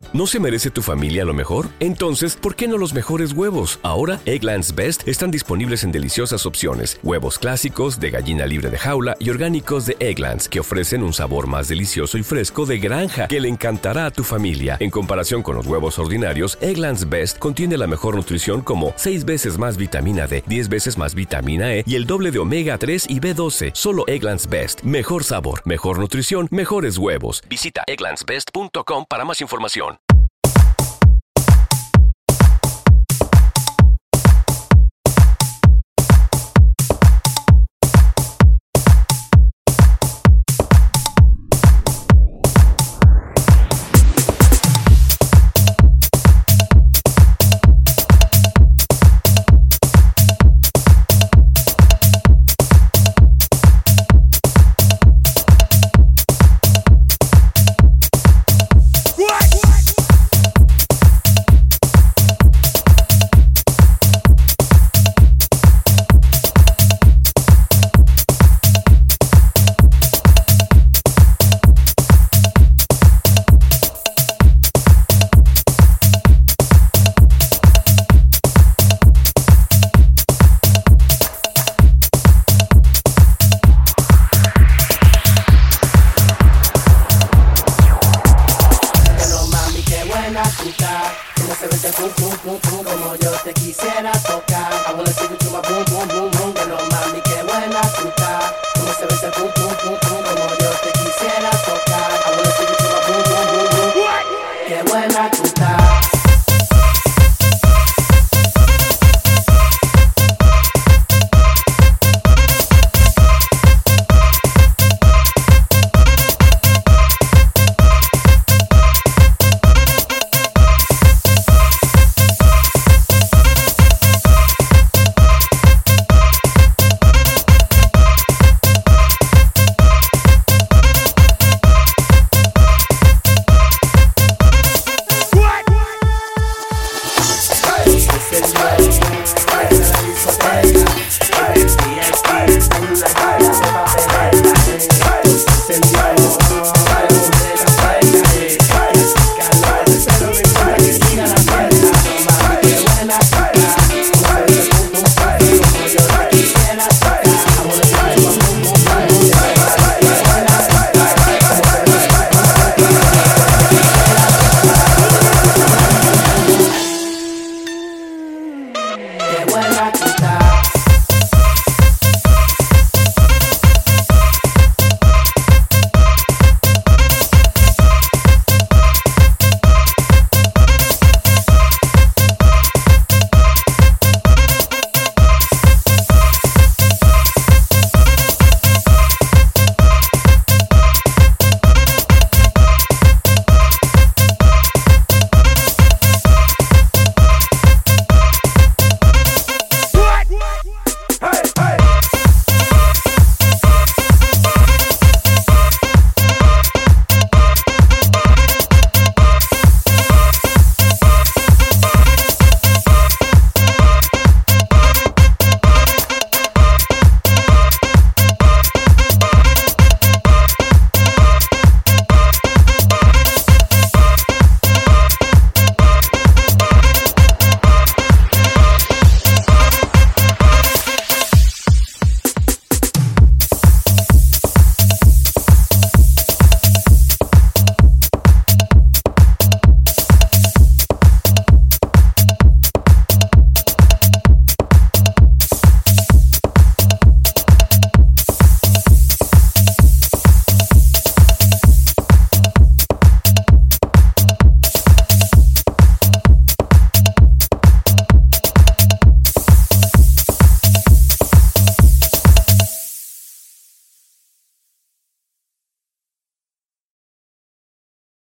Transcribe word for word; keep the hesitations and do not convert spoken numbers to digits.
¿No se merece tu familia lo mejor? Entonces, ¿por qué no los mejores huevos? Ahora, Eggland's Best están disponibles en deliciosas opciones. Huevos clásicos, de gallina libre de jaula y orgánicos de Eggland's, que ofrecen un sabor más delicioso y fresco de granja que le encantará a tu familia. En comparación con los huevos ordinarios, Eggland's Best contiene la mejor nutrición como seis veces más vitamina D, diez veces más vitamina E y el doble de omega tres y B doce. Solo Eggland's Best. Mejor sabor, mejor nutrición, mejores huevos. Visita egglands best punto com para más información. Como se vende pum pum pum pum, como yo te quisiera tocar. I wanna take you to my boom boom boom boom. Que no mami, qué buena tú estás. Como se vende pum pum pum pum, como yo te quisiera tocar. I wanna take you to my boom boom boom boom. Qué buena tú estás.